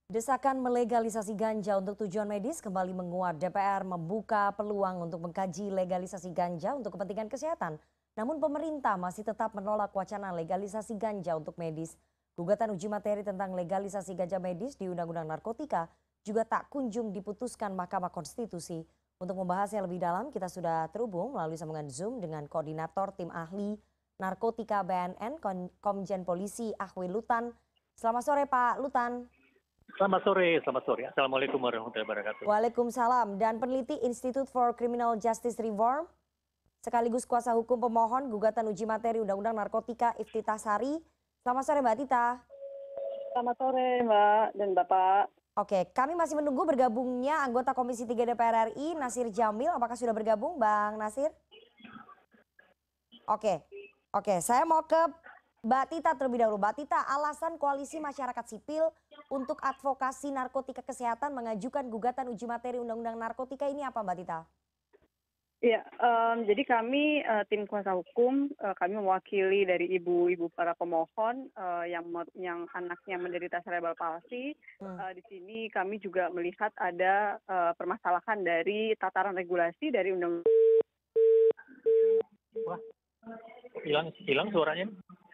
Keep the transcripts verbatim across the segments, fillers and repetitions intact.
Desakan melegalisasi ganja untuk tujuan medis kembali menguat. D P R membuka peluang untuk mengkaji legalisasi ganja untuk kepentingan kesehatan. Namun pemerintah masih tetap menolak wacana legalisasi ganja untuk medis. Gugatan uji materi tentang legalisasi ganja medis di Undang-Undang Narkotika juga tak kunjung diputuskan Mahkamah Konstitusi. Untuk membahasnya lebih dalam, kita sudah terhubung melalui sambungan Zoom dengan Koordinator Tim Ahli Narkotika B N N, Komjen Polisi Ahwi Lutan. Selamat sore Pak Lutan. Selamat sore, selamat sore. Assalamualaikum warahmatullahi wabarakatuh. Waalaikumsalam. Dan peneliti Institute for Criminal Justice Reform sekaligus kuasa hukum pemohon gugatan uji materi Undang-Undang Narkotika Iftitah Sari. Selamat sore Mbak Tita. Selamat sore Mbak dan Bapak. Oke, kami masih menunggu bergabungnya anggota Komisi tiga D P R R I Nasir Jamil. Apakah sudah bergabung Bang Nasir? Oke, oke saya mau ke Mbak Tita terlebih dahulu. Mbak Tita, alasan Koalisi Masyarakat Sipil untuk Advokasi Narkotika Kesehatan mengajukan gugatan uji materi Undang-Undang Narkotika ini apa Mbak Tita? Iya, um, jadi kami uh, tim kuasa hukum, uh, kami mewakili dari ibu-ibu para pemohon uh, yang yang anaknya menderita cerebral palsy. Hmm. Uh, di sini kami juga melihat ada uh, permasalahan dari tataran regulasi dari undang. Wah, hilang hilang suaranya.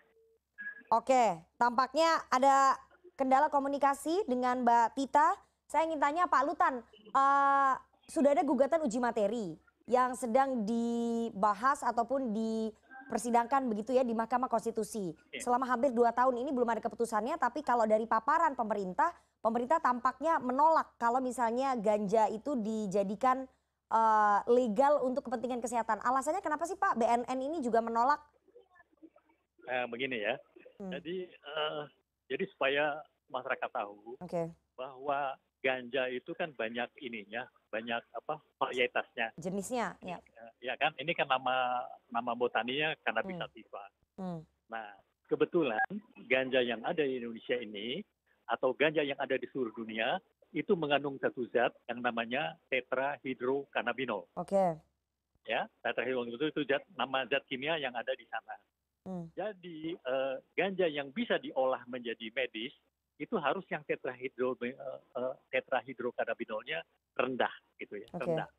Oke, tampaknya ada kendala komunikasi dengan Mbak Tita. Saya ingin tanya Pak Lutan, uh, sudah ada gugatan uji materi yang sedang dibahas ataupun dipersidangkan begitu ya di Mahkamah Konstitusi. Selama hampir dua tahun ini belum ada keputusannya, tapi kalau dari paparan pemerintah, pemerintah tampaknya menolak kalau misalnya ganja itu dijadikan uh, legal untuk kepentingan kesehatan. Alasannya kenapa sih Pak B N N ini juga menolak? Eh, begini ya. Hmm. Jadi, uh, jadi supaya masyarakat tahu okay. bahwa ganja itu kan banyak ininya, banyak apa varietasnya. Jenisnya, ya. Ya kan, ini kan nama nama botaninya Cannabis hmm. sativa. Hmm. Nah, kebetulan ganja yang ada di Indonesia ini atau ganja yang ada di seluruh dunia itu mengandung satu zat yang namanya tetrahydrocannabinol. Oke. Okay. Ya, tetrahydrocannabinol itu zat nama zat kimia yang ada di sana. Hmm. Jadi uh, ganja yang bisa diolah menjadi medis itu harus yang tetrahydro uh, tetrahydrocannabinolnya rendah gitu ya, okay. rendah.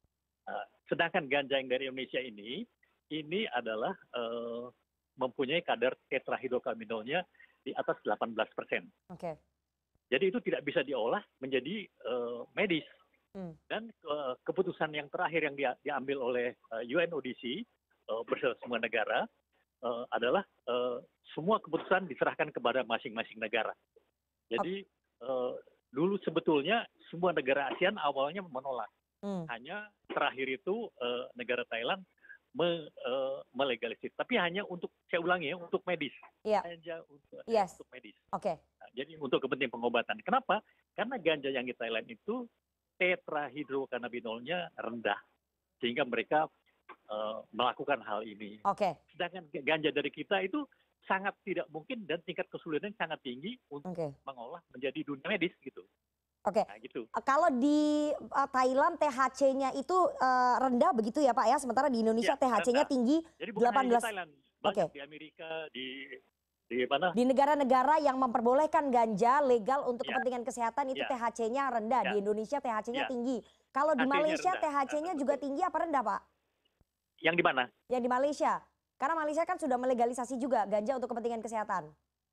Uh, sedangkan ganja yang dari Indonesia ini ini adalah uh, mempunyai kadar tetrahydrocannabinolnya di atas delapan belas persen. Okay. Jadi itu tidak bisa diolah menjadi uh, medis. Hmm. Dan uh, keputusan yang terakhir yang dia, diambil oleh uh, U N O D C uh, bersama semua negara Uh, adalah uh, semua keputusan diserahkan kepada masing-masing negara. Jadi uh, dulu sebetulnya semua negara ASEAN awalnya menolak. Hmm. Hanya terakhir itu uh, negara Thailand me, uh, melegalisir. Tapi hanya untuk, saya ulangi ya, untuk medis. Yeah. Hanya untuk, yes. untuk medis. Oke. Okay. Nah, jadi untuk kepentingan pengobatan. Kenapa? Karena ganja yang di Thailand itu tetrahydrocannabinolnya rendah. Sehingga mereka Uh, melakukan hal ini. Oke. Okay. Sedangkan ganja dari kita itu sangat tidak mungkin dan tingkat kesulitan sangat tinggi untuk okay. mengolah menjadi dunia medis gitu. Oke. Okay. Nah, gitu. Kalau di uh, Thailand T H C-nya itu uh, rendah begitu ya Pak ya, sementara di Indonesia ya, T H C-nya tinggi. Jadi bukan delapan belas. Hanya di Thailand, banyak okay. di Amerika, di di mana? Di negara-negara yang memperbolehkan ganja legal untuk ya. kepentingan kesehatan itu ya. T H C-nya rendah. Ya. Di Indonesia T H C-nya ya. tinggi. Kalau di Malaysia rendah. T H C-nya juga tinggi apa rendah Pak? Yang di mana? Yang di Malaysia. Karena Malaysia kan sudah melegalisasi juga ganja untuk kepentingan kesehatan.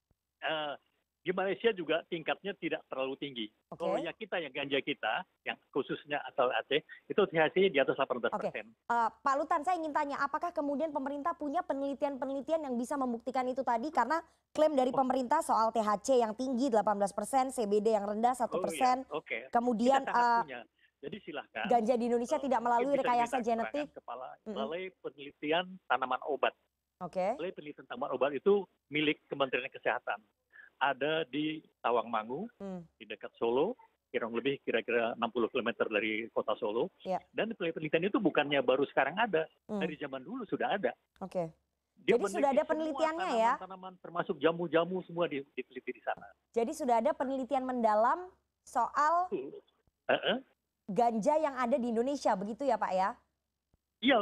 Uh, di Malaysia juga tingkatnya tidak terlalu tinggi. Okay. Kalau yang kita, yang ganja kita, yang khususnya asal Aceh, itu T H C di atas delapan belas persen. Okay. Uh, Pak Lutan, saya ingin tanya, apakah kemudian pemerintah punya penelitian-penelitian yang bisa membuktikan itu tadi? Karena klaim dari pemerintah soal T H C yang tinggi delapan belas persen, C B D yang rendah satu persen. Oh, iya. Okay. Kemudian uh, Jadi silahkan. Ganja di Indonesia uh, tidak melalui rekayasa genetik. Kepala Balai mm-hmm. Penelitian Tanaman Obat. Oke. Okay. Balai Penelitian Tanaman Obat itu milik Kementerian Kesehatan. Ada di Tawangmangu, mm. di dekat Solo, kurang lebih kira-kira enam puluh kilometer dari kota Solo. Yeah. Dan penelitian itu bukannya baru sekarang ada, mm. dari zaman dulu sudah ada. Oke. Okay. Jadi sudah ada penelitiannya ya? Tanaman-tanaman termasuk jamu-jamu semua diteliti di sana. Jadi sudah ada penelitian mendalam soal uh-uh. ganja yang ada di Indonesia, begitu ya Pak ya? Iya,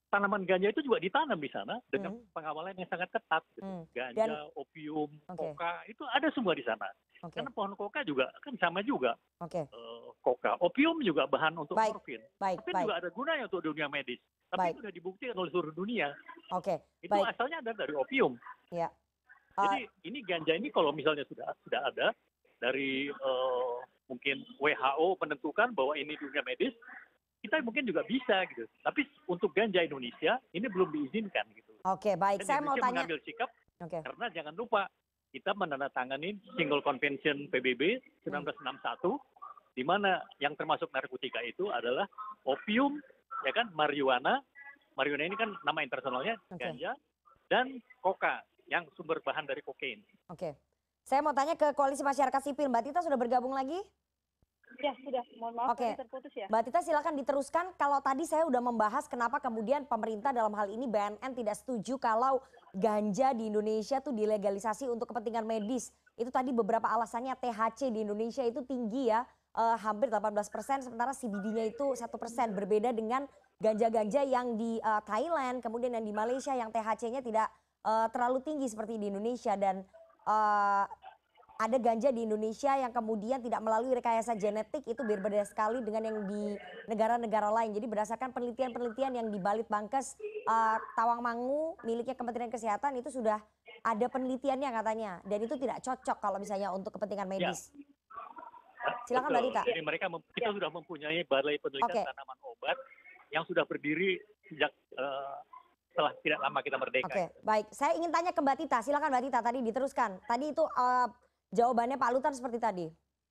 tanaman ganja itu juga ditanam di sana dengan Hmm. pengawalan yang sangat ketat. Gitu. Hmm. Ganja, Dan opium, oke, koka itu ada semua di sana. oke, Karena pohon koka juga kan sama juga oke. eh, koka. Opium juga bahan untuk Baik, morfin. baik, Morfin baik, juga ada gunanya untuk dunia medis. Tapi baik. itu sudah dibuktikan oleh seluruh dunia. Oke, Itu baik. asalnya ada dari opium. Ya. Uh, Jadi ini ganja ini kalau misalnya sudah sudah ada dari eh, mungkin W H O menentukan bahwa ini dunia medis, kita mungkin juga bisa gitu. Tapi untuk ganja Indonesia ini belum diizinkan gitu. Oke, baik. Dan Saya mau Indonesia tanya. mengambil sikap Oke. karena jangan lupa kita menandatangani Single Convention P B B Hmm. seribu sembilan ratus enam puluh satu di mana yang termasuk narkotika itu adalah opium, ya kan, marijuana. Marijuana ini kan nama internasionalnya Oke. ganja dan koka yang sumber bahan dari kokain. Oke. Saya mau tanya ke Koalisi Masyarakat Sipil. Mbak Tita sudah bergabung lagi? Ya sudah, mohon maaf Oke. tadi terputus ya. Mbak Tita silakan diteruskan. Kalau tadi saya udah membahas kenapa kemudian pemerintah dalam hal ini B N N tidak setuju kalau ganja di Indonesia tuh dilegalisasi untuk kepentingan medis. Itu tadi beberapa alasannya. T H C di Indonesia itu tinggi ya, eh, hampir delapan belas persen, sementara C B D-nya itu satu persen. Berbeda dengan ganja-ganja yang di eh, Thailand, kemudian yang di Malaysia yang T H C-nya tidak eh, terlalu tinggi seperti di Indonesia. Dan eh, ada ganja di Indonesia yang kemudian tidak melalui rekayasa genetik, itu berbeda sekali dengan yang di negara-negara lain. Jadi berdasarkan penelitian-penelitian yang di Balitbangkes uh, Tawangmangu miliknya Kementerian Kesehatan itu sudah ada penelitiannya katanya, dan itu tidak cocok kalau misalnya untuk kepentingan medis. Silakan Mbak Betul. Dita. Jadi mereka mem- kita sudah mempunyai balai penelitian Oke. tanaman obat yang sudah berdiri sejak eh, setelah tidak lama kita merdeka. Oke, baik. Saya ingin tanya ke Mbak Tita. Silakan Mbak Tita, tadi diteruskan. Tadi itu uh, jawabannya Pak Lutan seperti tadi.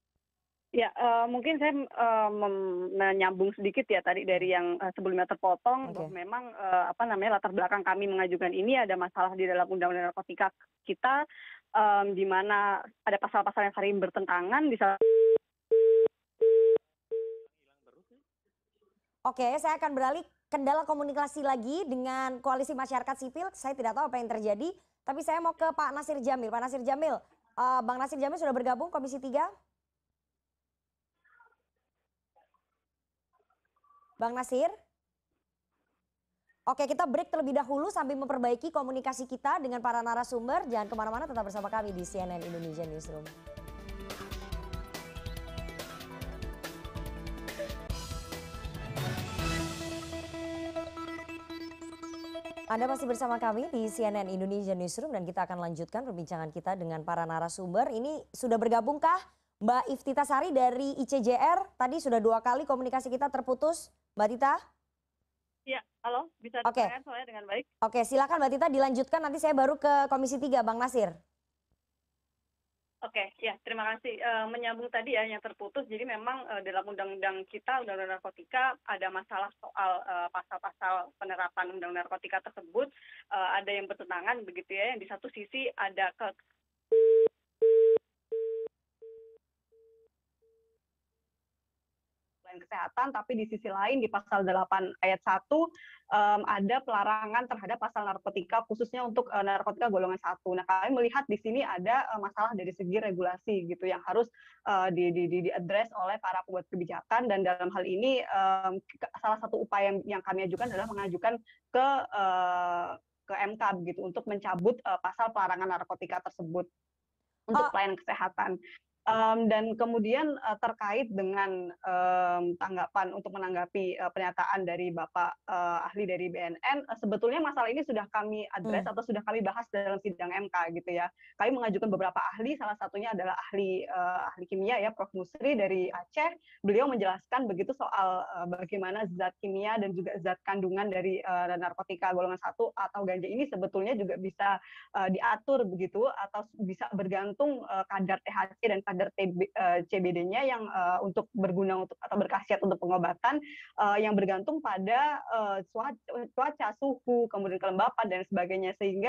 Ya, eh, mungkin saya eh, mem- menyambung sedikit ya tadi dari yang eh, sebelumnya terpotong, Oke. bahwa memang eh, apa namanya latar belakang kami mengajukan ini ada masalah di dalam undang-undang narkotika kita, em, di mana ada pasal-pasal yang saling bertentangan. Di salah Oke, saya akan beralih kendala komunikasi lagi dengan Koalisi Masyarakat Sipil. Saya tidak tahu apa yang terjadi, tapi saya mau ke Pak Nasir Jamil. Pak Nasir Jamil, eh, Bang Nasir Jamil sudah bergabung Komisi tiga? Bang Nasir? Oke, kita break terlebih dahulu sambil memperbaiki komunikasi kita dengan para narasumber. Jangan kemana-mana, tetap bersama kami di C N N Indonesia Newsroom. Anda masih bersama kami di C N N Indonesia Newsroom dan kita akan lanjutkan perbincangan kita dengan para narasumber. Ini sudah bergabungkah Mbak Iftita Sari dari I C J R? Tadi sudah dua kali komunikasi kita terputus. Mbak Tita? ya, halo, bisa Oke. dengar saya dengan baik? Oke, silakan Mbak Tita dilanjutkan. Nanti saya baru ke Komisi tiga, Bang Nasir. Oke, ya terima kasih. Eh, menyambung tadi ya yang terputus, jadi memang eh, dalam undang-undang kita, undang-undang narkotika, ada masalah soal eh, pasal-pasal penerapan undang narkotika tersebut, eh, ada yang bertentangan begitu ya, yang di satu sisi ada ke kesehatan, tapi di sisi lain di pasal delapan ayat satu um, ada pelarangan terhadap pasal narkotika khususnya untuk uh, narkotika golongan satu. Nah, kami melihat di sini ada uh, masalah dari segi regulasi gitu yang harus uh, di di di diadres oleh para pembuat kebijakan, dan dalam hal ini um, salah satu upaya yang, yang kami ajukan adalah mengajukan ke uh, ke M K begitu untuk mencabut uh, pasal pelarangan narkotika tersebut untuk Oh. pelayanan kesehatan. Um, dan kemudian uh, terkait dengan um, tanggapan untuk menanggapi uh, pernyataan dari Bapak uh, ahli dari B N N, uh, sebetulnya masalah ini sudah kami address Hmm. atau sudah kami bahas dalam sidang M K gitu ya. Kami mengajukan beberapa ahli, salah satunya adalah ahli uh, ahli kimia ya, Prof Musri dari Aceh. Beliau menjelaskan begitu soal uh, bagaimana zat kimia dan juga zat kandungan dari uh, narkotika golongan satu atau ganja ini sebetulnya juga bisa uh, diatur begitu atau bisa bergantung uh, kadar T H C dan kadar C B D-nya yang uh, untuk berguna untuk atau berkhasiat untuk pengobatan uh, yang bergantung pada uh, cuaca, cuaca, suhu, kemudian kelembapan dan sebagainya, sehingga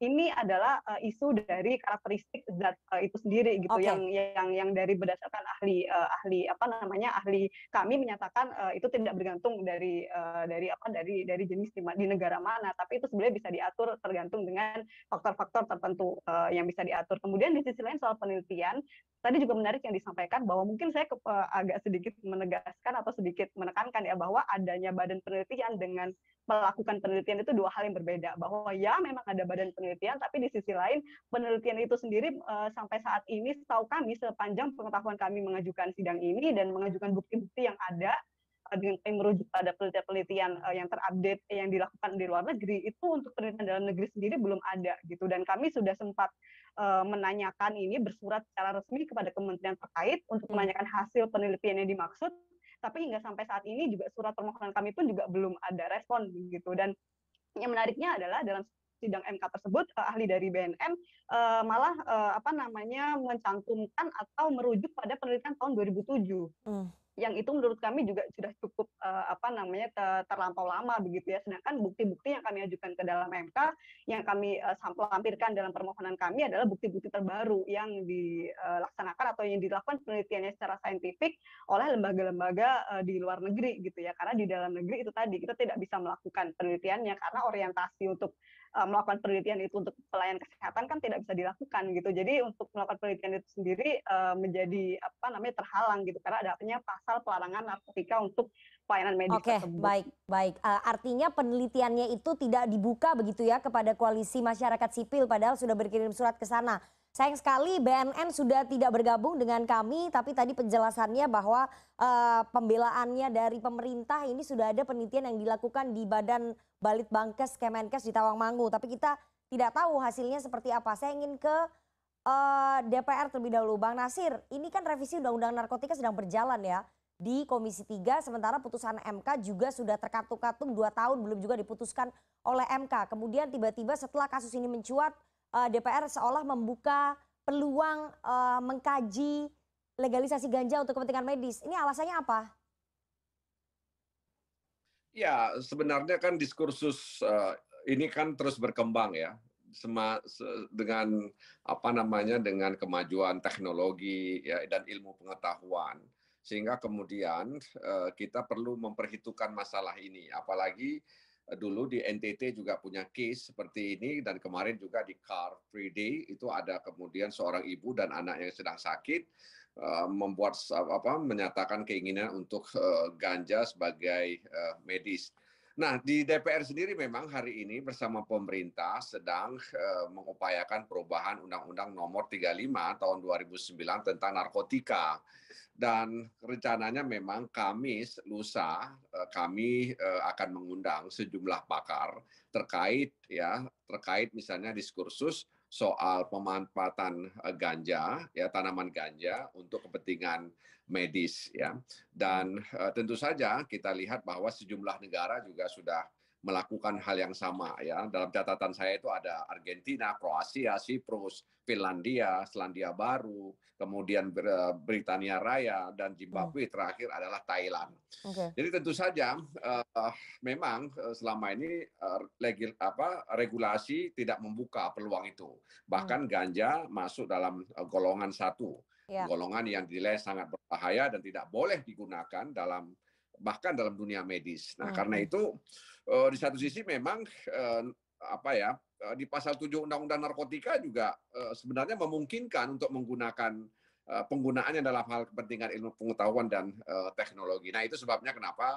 ini adalah uh, isu dari karakteristik zat uh, itu sendiri gitu, Oke. yang yang yang dari berdasarkan ahli uh, ahli apa namanya ahli kami menyatakan uh, itu tidak bergantung dari uh, dari apa dari dari jenis di, di negara mana, tapi itu sebenarnya bisa diatur tergantung dengan faktor-faktor tertentu uh, yang bisa diatur. Kemudian di sisi lain soal penelitian, tadi juga menarik yang disampaikan bahwa mungkin saya ke, uh, agak sedikit menegaskan atau sedikit menekankan ya bahwa adanya badan penelitian dengan melakukan penelitian itu dua hal yang berbeda, bahwa ya memang ada badan penelitian, tapi di sisi lain penelitian itu sendiri uh, sampai saat ini setahu kami sepanjang pengetahuan kami mengajukan sidang ini dan mengajukan bukti-bukti yang ada uh, dengan merujuk pada penelitian-penelitian uh, yang terupdate yang dilakukan di luar negeri, itu untuk penelitian dalam negeri sendiri belum ada gitu, dan kami sudah sempat uh, menanyakan ini bersurat secara resmi kepada kementerian terkait untuk menanyakan hasil penelitian yang dimaksud, tapi hingga sampai saat ini juga surat permohonan kami pun juga belum ada respon gitu. Dan yang menariknya adalah dalam sidang M K tersebut uh, ahli dari B N M uh, malah uh, apa namanya mencantumkan atau merujuk pada penelitian tahun dua ribu tujuh. Hmm. Yang itu menurut kami juga sudah cukup uh, apa namanya ter terlampau lama begitu ya. Sedangkan bukti-bukti yang kami ajukan ke dalam M K yang kami uh, lampirkan dalam permohonan kami adalah bukti-bukti terbaru yang dilaksanakan atau yang dilakukan penelitiannya secara saintifik oleh lembaga-lembaga uh, di luar negeri gitu ya. Karena di dalam negeri itu tadi kita tidak bisa melakukan penelitiannya karena orientasi untuk uh, melakukan penelitian itu untuk pelayanan kesehatan kan tidak bisa dilakukan gitu. Jadi untuk melakukan penelitian itu sendiri uh, menjadi apa namanya terhalang gitu karena adanya pasal pelarangan narkotika untuk pelayanan medis Oke, tersebut. baik, baik. Uh, artinya penelitiannya itu tidak dibuka begitu ya kepada koalisi masyarakat sipil padahal sudah berkirim surat ke sana. Sayang sekali B N N sudah tidak bergabung dengan kami, tapi tadi penjelasannya bahwa uh, pembelaannya dari pemerintah ini sudah ada penelitian yang dilakukan di Badan Balitbangkes Kemenkes di Tawangmangu, tapi kita tidak tahu hasilnya seperti apa. Saya ingin ke uh, D P R terlebih dahulu. Bang Nasir, ini kan revisi Undang-Undang Narkotika sedang berjalan ya di Komisi tiga, sementara putusan M K juga sudah terkatung-katung dua tahun belum juga diputuskan oleh M K. Kemudian tiba-tiba setelah kasus ini mencuat, uh, D P R seolah membuka peluang uh, mengkaji legalisasi ganja untuk kepentingan medis. Ini alasannya apa? Ya, sebenarnya kan diskursus uh, ini kan terus berkembang ya. Sema, se, dengan apa namanya dengan kemajuan teknologi ya dan ilmu pengetahuan, sehingga kemudian uh, kita perlu memperhitungkan masalah ini, apalagi uh, dulu di N T T juga punya case seperti ini, dan kemarin juga di Car Free Day itu ada kemudian seorang ibu dan anak yang sedang sakit uh, membuat apa menyatakan keinginan untuk uh, ganja sebagai uh, medis. Nah, di D P R sendiri memang hari ini bersama pemerintah sedang uh, mengupayakan perubahan Undang-Undang Nomor tiga puluh lima Tahun dua ribu sembilan tentang narkotika. Dan rencananya memang Kamis lusa uh, kami uh, akan mengundang sejumlah pakar terkait ya terkait misalnya diskursus soal pemanfaatan uh, ganja ya tanaman ganja untuk kepentingan medis ya. Dan uh, tentu saja kita lihat bahwa sejumlah negara juga sudah melakukan hal yang sama ya. Dalam catatan saya itu ada Argentina, Kroasia, Siprus, Finlandia, Selandia Baru, kemudian Britania Raya, dan Zimbabwe hmm. terakhir adalah Thailand. Okay. Jadi tentu saja uh, memang uh, selama ini uh, legil, apa, regulasi tidak membuka peluang itu. Bahkan hmm. ganja masuk dalam uh, golongan satu. Yeah. Golongan yang dinilai sangat berbahaya dan tidak boleh digunakan dalam bahkan dalam dunia medis. Nah, hmm. karena itu uh, di satu sisi memang uh, apa ya uh, di pasal tujuh Undang-Undang Narkotika juga uh, sebenarnya memungkinkan untuk menggunakan uh, penggunaannya dalam hal kepentingan ilmu pengetahuan dan uh, teknologi. Nah, itu sebabnya kenapa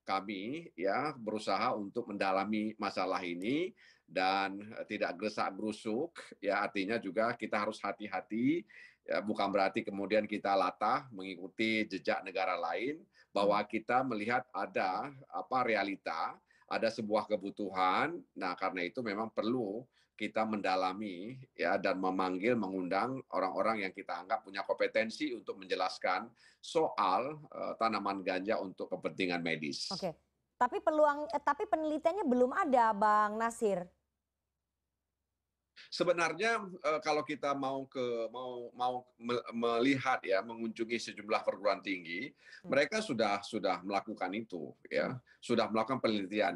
kami ya berusaha untuk mendalami masalah ini dan uh, tidak gerusak-gerusuk ya, artinya juga kita harus hati-hati. Ya, bukan berarti kemudian kita latah mengikuti jejak negara lain, bahwa kita melihat ada apa realita, ada sebuah kebutuhan. Nah, karena itu memang perlu kita mendalami ya dan memanggil, mengundang orang-orang yang kita anggap punya kompetensi untuk menjelaskan soal uh, tanaman ganja untuk kepentingan medis. Oke. Tapi peluang eh, tapi penelitiannya belum ada, Bang Nasir. Sebenarnya kalau kita mau ke mau mau melihat ya mengunjungi sejumlah perguruan tinggi, hmm. mereka sudah sudah melakukan itu ya, hmm. sudah melakukan penelitian.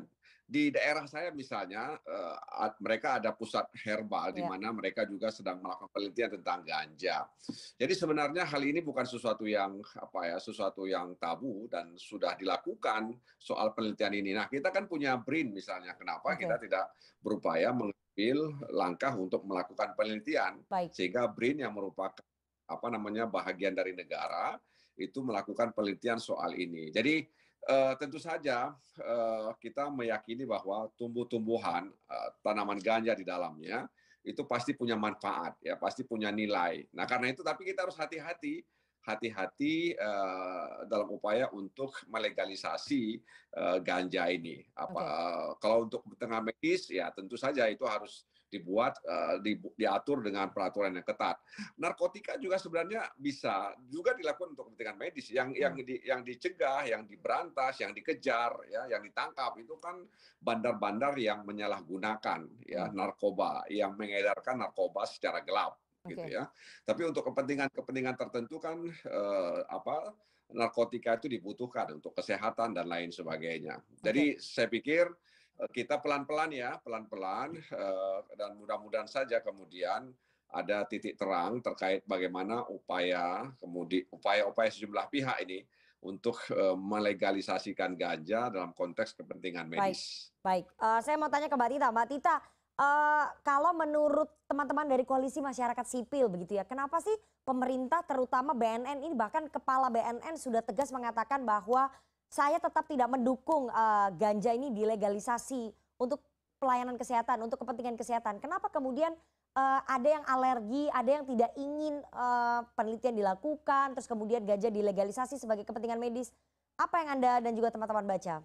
di daerah saya misalnya, uh, mereka ada pusat herbal di Ya. mana mereka juga sedang melakukan penelitian tentang ganja. Jadi sebenarnya hal ini bukan sesuatu yang apa ya, sesuatu yang tabu dan sudah dilakukan soal penelitian ini. Nah, kita kan punya B R I N misalnya, kenapa Oke. kita tidak berupaya mengambil langkah untuk melakukan penelitian, Baik. sehingga B R I N yang merupakan apa namanya bahagian dari negara itu melakukan penelitian soal ini. Jadi Uh, tentu saja uh, kita meyakini bahwa tumbuh-tumbuhan, uh, tanaman ganja di dalamnya itu pasti punya manfaat, ya pasti punya nilai. Nah karena itu tapi kita harus hati-hati, hati-hati uh, dalam upaya untuk melegalisasi uh, ganja ini. Apa Oke. uh, kalau untuk kepentingan medis ya tentu saja itu harus dibuat uh, di, diatur dengan peraturan yang ketat. Narkotika juga sebenarnya bisa juga dilakukan untuk kepentingan medis. Yang Hmm. yang di, yang dicegah, yang diberantas, yang dikejar, ya, yang ditangkap itu kan bandar-bandar yang menyalahgunakan ya Hmm. narkoba, yang mengedarkan narkoba secara gelap, Oke. gitu ya. Tapi untuk kepentingan-kepentingan tertentu kan eh, apa narkotika itu dibutuhkan untuk kesehatan dan lain sebagainya. Jadi saya pikir kita pelan-pelan ya, pelan-pelan, dan mudah-mudahan saja kemudian ada titik terang terkait bagaimana upaya kemudian upaya-upaya sejumlah pihak ini untuk melegalisasikan ganja dalam konteks kepentingan medis. Baik, baik. Uh, saya mau tanya ke Mbak Tita, Mbak Tita, uh, kalau menurut teman-teman dari koalisi masyarakat sipil begitu ya, kenapa sih pemerintah terutama B N N ini, bahkan kepala B N N sudah tegas mengatakan bahwa saya tetap tidak mendukung uh, ganja ini dilegalisasi untuk pelayanan kesehatan, untuk kepentingan kesehatan. Kenapa kemudian uh, ada yang alergi, ada yang tidak ingin uh, penelitian dilakukan, terus kemudian ganja dilegalisasi sebagai kepentingan medis? Apa yang Anda dan juga teman-teman baca?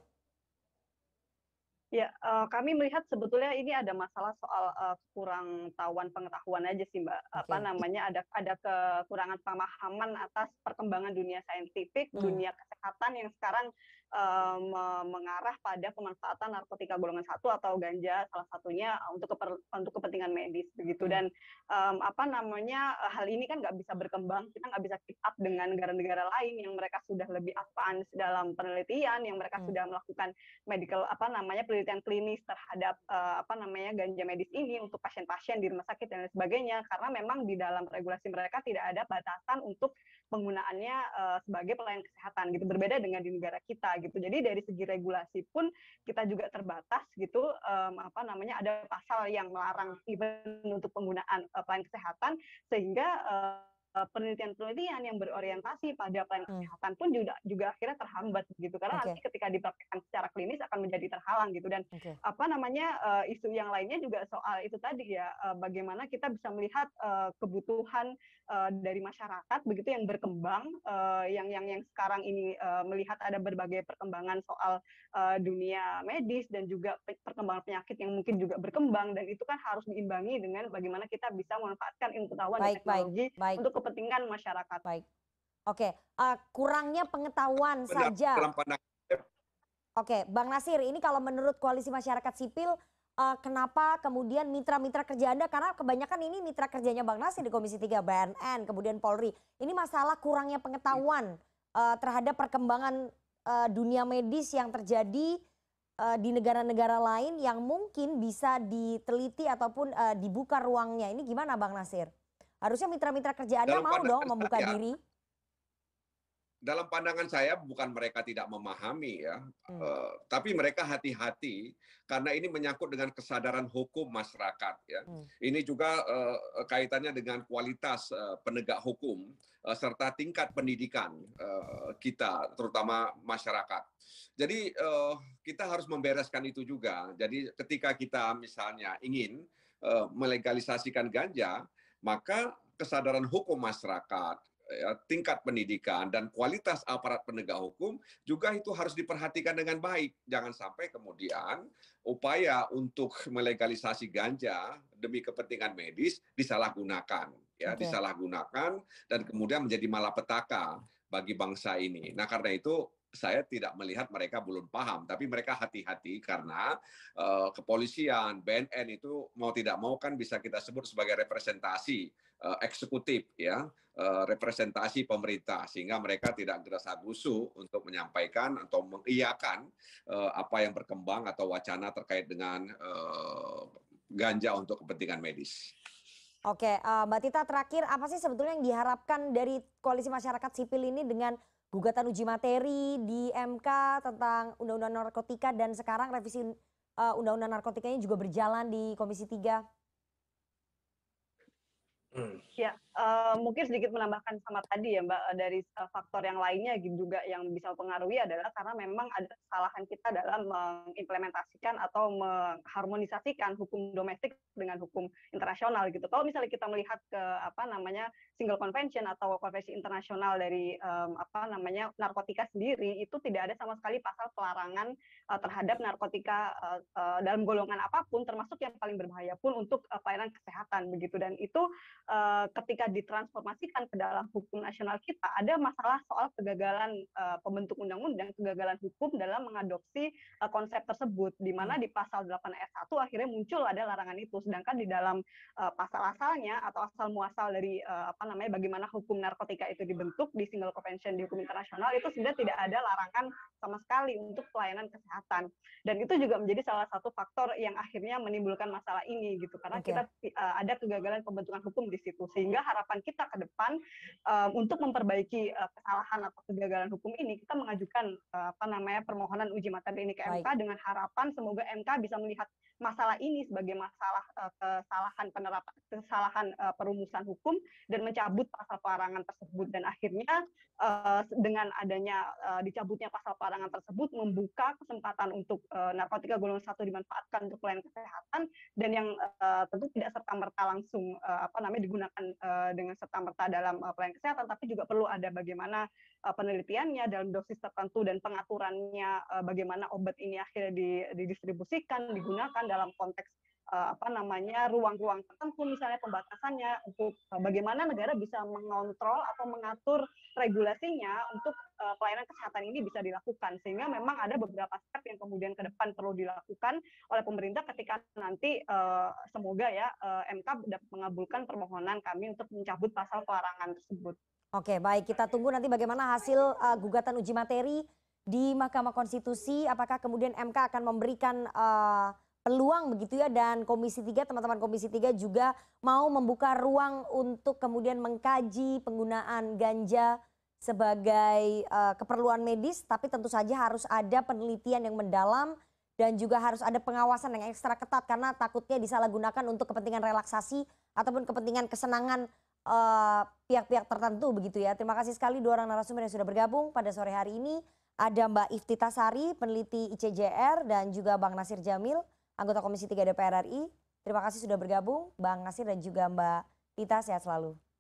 Ya, uh, kami melihat sebetulnya ini ada masalah soal uh, kurang tahuan pengetahuan aja sih Mbak. Okay. Apa namanya ada ada kekurangan pemahaman atas perkembangan dunia saintifik, hmm. dunia kesehatan yang sekarang uh, mengarah pada pemanfaatan narkotika golongan satu atau ganja salah satunya untuk keper, untuk kepentingan medis begitu. Hmm. Dan um, apa namanya hal ini kan nggak bisa berkembang, kita nggak bisa keep up dengan negara-negara lain yang mereka sudah lebih advance dalam penelitian, yang mereka hmm. sudah melakukan medical apa namanya penelitian klinis terhadap uh, apa namanya ganja medis ini untuk pasien-pasien di rumah sakit dan lain sebagainya, karena memang di dalam regulasi mereka tidak ada batasan untuk penggunaannya uh, sebagai pelayanan kesehatan gitu, berbeda dengan di negara kita gitu. Jadi dari segi regulasi pun kita juga terbatas gitu, um, apa namanya ada pasal yang melarang even untuk penggunaan uh, pelayanan kesehatan, sehingga uh, penelitian-penelitian yang berorientasi pada pelayanan hmm. kesehatan pun juga juga akhirnya terhambat gitu, karena okay. nanti ketika dipraktikkan secara klinis akan menjadi terhalang gitu. Dan okay. apa namanya uh, isu yang lainnya juga soal itu tadi ya, uh, bagaimana kita bisa melihat uh, kebutuhan uh, dari masyarakat begitu yang berkembang, uh, yang yang yang sekarang ini uh, melihat ada berbagai perkembangan soal uh, dunia medis dan juga perkembangan penyakit yang mungkin juga berkembang, dan itu kan harus diimbangi dengan bagaimana kita bisa memanfaatkan ilmu pengetahuan dan teknologi baik, baik. untuk kepentingan masyarakat. Baik, oke. Uh, kurangnya pengetahuan Benar, saja. dalam pandangan. Oke, Bang Nasir, ini kalau menurut Koalisi Masyarakat Sipil, uh, kenapa kemudian mitra-mitra kerja Anda, karena kebanyakan ini mitra kerjanya Bang Nasir di Komisi tiga, B N N, kemudian Polri, ini masalah kurangnya pengetahuan uh, terhadap perkembangan uh, dunia medis yang terjadi uh, di negara-negara lain yang mungkin bisa diteliti ataupun uh, dibuka ruangnya. Ini gimana Bang Nasir? Harusnya mitra-mitra kerja Anda mau dong membuka saya, diri. Dalam pandangan saya bukan mereka tidak memahami ya, hmm. uh, tapi mereka hati-hati karena ini menyangkut dengan kesadaran hukum masyarakat ya. Hmm. Ini juga uh, kaitannya dengan kualitas uh, penegak hukum uh, serta tingkat pendidikan uh, kita, terutama masyarakat. Jadi uh, kita harus membereskan itu juga. Jadi ketika kita misalnya ingin uh, melegalisasikan ganja, maka kesadaran hukum masyarakat, ya, tingkat pendidikan, dan kualitas aparat penegak hukum juga itu harus diperhatikan dengan baik. Jangan sampai kemudian upaya untuk melegalisasi ganja demi kepentingan medis disalahgunakan, ya, okay. disalahgunakan dan kemudian menjadi malapetaka bagi bangsa ini. Nah, karena itu saya tidak melihat mereka belum paham, tapi mereka hati-hati karena uh, kepolisian, B N N itu mau tidak mau kan bisa kita sebut sebagai representasi uh, eksekutif, ya, uh, representasi pemerintah, sehingga mereka tidak gerasa-gerusu untuk menyampaikan atau mengiyakan uh, apa yang berkembang atau wacana terkait dengan uh, ganja untuk kepentingan medis. Oke, uh, Mbak Tita terakhir apa sih sebetulnya yang diharapkan dari koalisi masyarakat sipil ini dengan gugatan uji materi di M K tentang undang-undang narkotika dan sekarang revisi uh, undang-undang narkotikanya juga berjalan di Komisi tiga? Hmm. Ya, uh, mungkin sedikit menambahkan sama tadi ya Mbak, dari uh, faktor yang lainnya juga yang bisa mempengaruhi adalah karena memang ada kesalahan kita dalam mengimplementasikan atau mengharmonisasikan hukum domestik dengan hukum internasional gitu. Kalau misalnya kita melihat ke apa namanya single convention atau konvensi internasional dari um, apa namanya narkotika sendiri, itu tidak ada sama sekali pasal pelarangan uh, terhadap narkotika uh, uh, dalam golongan apapun, termasuk yang paling berbahaya pun untuk uh, pelayanan kesehatan begitu. Dan itu Uh, ketika ditransformasikan ke dalam hukum nasional kita, ada masalah soal kegagalan uh, pembentuk undang-undang, kegagalan hukum dalam mengadopsi uh, konsep tersebut, di mana di pasal delapan ayat satu akhirnya muncul ada larangan itu, sedangkan di dalam uh, pasal asalnya atau asal muasal dari uh, apa namanya bagaimana hukum narkotika itu dibentuk di single convention di hukum internasional itu sebenarnya tidak ada larangan sama sekali untuk pelayanan kesehatan, dan itu juga menjadi salah satu faktor yang akhirnya menimbulkan masalah ini gitu, karena okay. kita uh, ada kegagalan pembentukan hukum di situ, sehingga harapan kita ke depan um, untuk memperbaiki uh, kesalahan atau kegagalan hukum ini, kita mengajukan uh, apa namanya permohonan uji materi ini ke M K. Baik. Dengan harapan semoga M K bisa melihat masalah ini sebagai masalah uh, kesalahan penerapan kesalahan uh, perumusan hukum dan mencabut pasal pelarangan tersebut, dan akhirnya uh, dengan adanya uh, dicabutnya pasal pelarangan tersebut membuka kesempatan untuk uh, narkotika golongan satu dimanfaatkan untuk pelayanan kesehatan, dan yang uh, tentu tidak serta-merta langsung uh, apa namanya digunakan uh, dengan serta-merta dalam uh, pelayanan kesehatan, tapi juga perlu ada bagaimana uh, penelitiannya dalam dosis tertentu dan pengaturannya uh, bagaimana obat ini akhirnya didistribusikan, digunakan dalam konteks uh, apa namanya ruang-ruang tertentu, misalnya pembatasannya, untuk uh, bagaimana negara bisa mengontrol atau mengatur regulasinya untuk uh, pelayanan kesehatan ini bisa dilakukan, sehingga memang ada beberapa step yang kemudian ke depan perlu dilakukan oleh pemerintah ketika nanti uh, semoga ya uh, M K dapat mengabulkan permohonan kami untuk mencabut pasal pelarangan tersebut. Oke, baik, kita tunggu nanti bagaimana hasil uh, gugatan uji materi di Mahkamah Konstitusi, apakah kemudian M K akan memberikan uh, peluang begitu ya, dan Komisi tiga, teman-teman Komisi tiga juga mau membuka ruang untuk kemudian mengkaji penggunaan ganja sebagai uh, keperluan medis, tapi tentu saja harus ada penelitian yang mendalam dan juga harus ada pengawasan yang ekstra ketat karena takutnya disalahgunakan untuk kepentingan relaksasi ataupun kepentingan kesenangan pihak-pihak uh, tertentu begitu ya. Terima kasih sekali dua orang narasumber yang sudah bergabung pada sore hari ini. Ada Mbak Iftita Sari, peneliti I C J R, dan juga Bang Nasir Jamil, anggota Komisi tiga D P R R I. Terima kasih sudah bergabung, Bang Nasir dan juga Mbak Tita, sehat selalu.